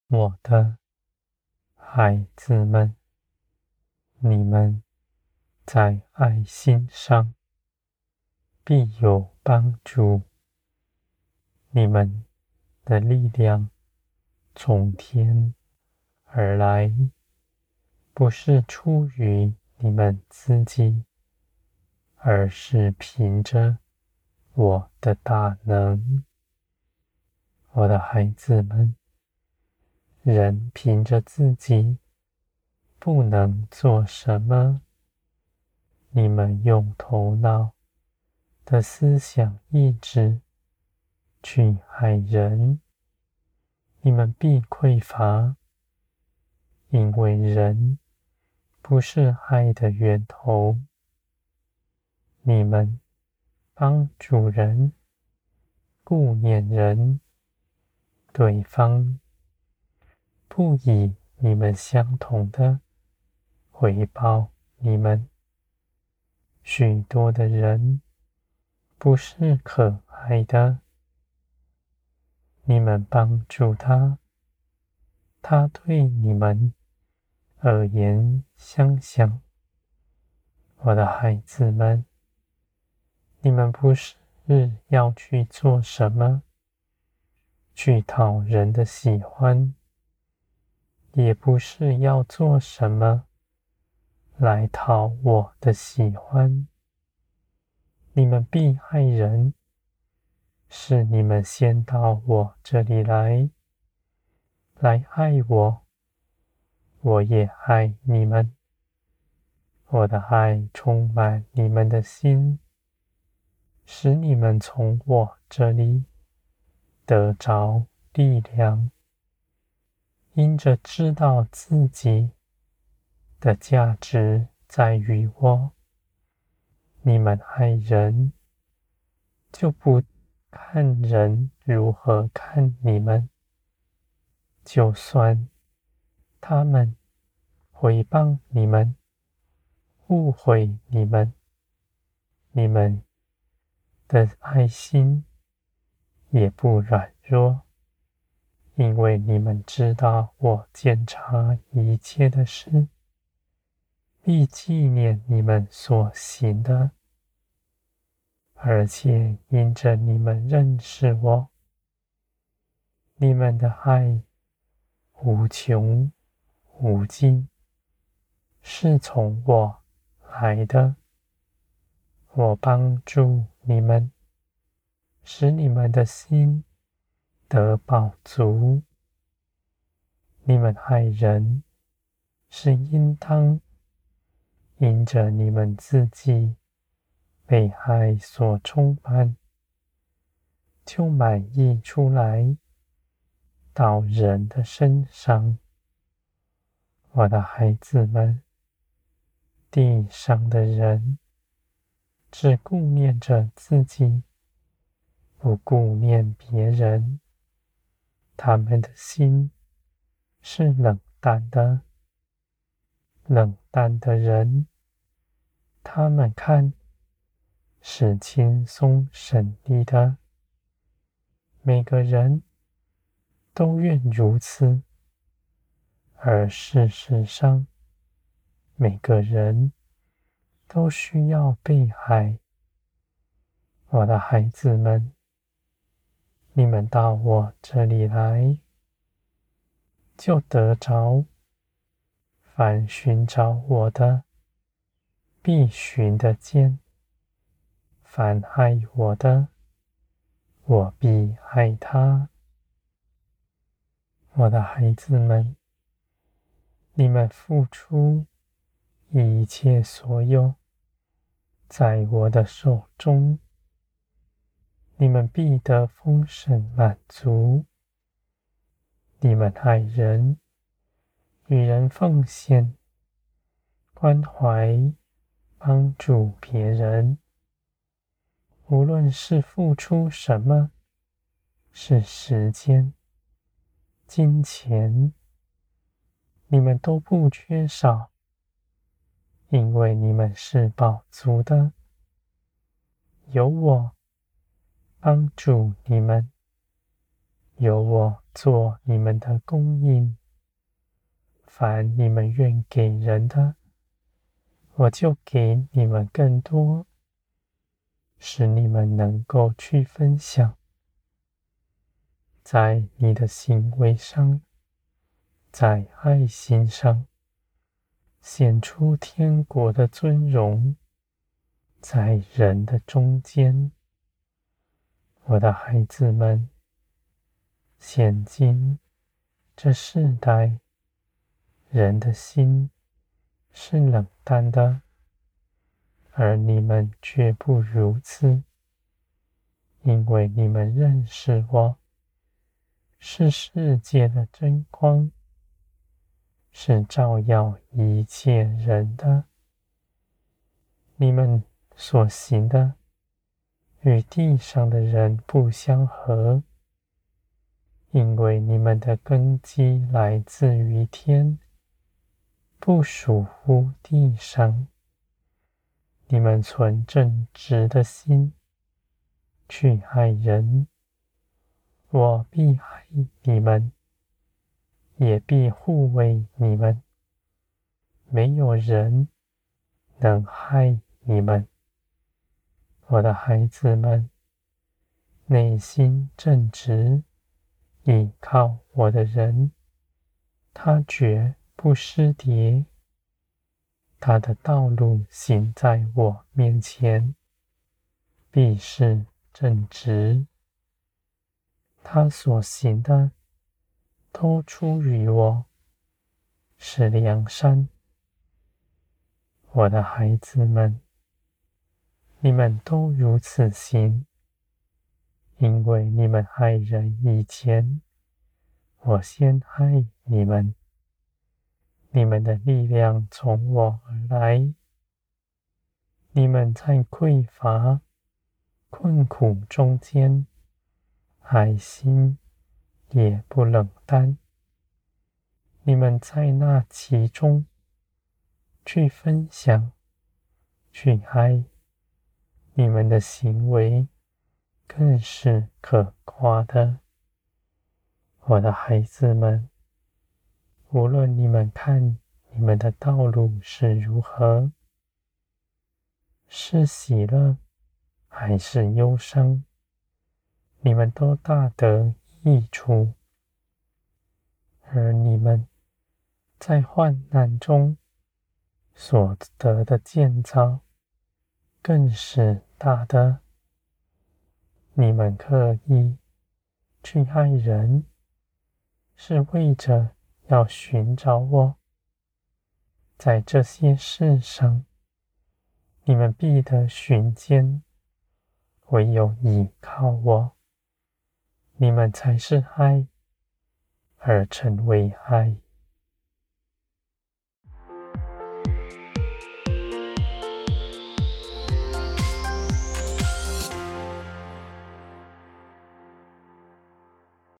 我的孩子们，你们在爱心上必有帮助。你们的力量从天而来，不是出于你们自己，而是凭着我的大能。我的孩子们，人凭着自己不能做什么，你们用头脑的思想意志去爱人，你们必匮乏，因为人不是爱的源头。你们帮助人，顾念人，对方不以你们相同的回报你们。许多的人不是可爱的，你们帮助他，他对你们恶言相向。我的孩子们，你们不是要去做什么，去讨人的喜欢，也不是要做什么来讨我的喜欢。你们必爱人，是你们先到我这里来爱我，我也爱你们。我的爱充满你们的心，使你们从我这里得着力量，因着知道自己的价值在于我。你们爱人，就不看人如何看你们，就算他们毁谤你们，误会你们，你们的爱心也不软弱，因为你们知道我检查一切的事，必纪念你们所行的，而且因着你们认识我，你们的爱无穷无尽，是从我来的。我帮助你们，使你们的心得饱足。你们爱人，是应当因着你们自己被爱所充满，就满溢出来到人的身上。我的孩子们，地上的人只顾念着自己，不顾念别人，他们的心是冷淡的。冷淡的人，他们看是轻松省力的。每个人都愿如此，而事实上，每个人都需要被爱。我的孩子们，你们到我这里来，就得着。凡寻找我的，必寻得见；凡爱我的，我必爱他。我的孩子们，你们付出一切所有，在我的手中，你们必得丰盛满足。你们爱人，与人奉献，关怀，帮助别人，无论是付出什么，是时间、金钱，你们都不缺少，因为你们是饱足的，有我帮助你们， 由我做你们的供应，凡你们愿给人的，我就给你们更多，使你们能够去分享。在你的行为上，在爱心上，显出天国的尊荣，在人的中间。我的孩子们，现今这世代，人的心是冷淡的，而你们却不如此，因为你们认识我，是世界的真光，是照耀一切人的。你们所行的与地上的人不相合，因为你们的根基来自于天，不属乎地上。你们存正直的心去爱人，我必爱你们，也必护卫你们。没有人能害你们。我的孩子们，内心正直，倚靠我的人，他绝不失跌。他的道路行在我面前，必是正直。他所行的都出于我，是良善。我的孩子们，你们都如此行，因为你们爱人以前，我先爱你们。你们的力量从我而来，你们在匮乏、困苦中间，爱心也不冷淡。你们在那其中去分享，去爱，你们的行为更是可夸的。我的孩子们，无论你们看你们的道路是如何，是喜乐还是忧伤，你们都大得益处。而你们在患难中所得的建造，更是大的。你们刻意去爱人，是为着要寻找我。在这些事上，你们必得寻见，唯有倚靠我，你们才是爱，而成为爱。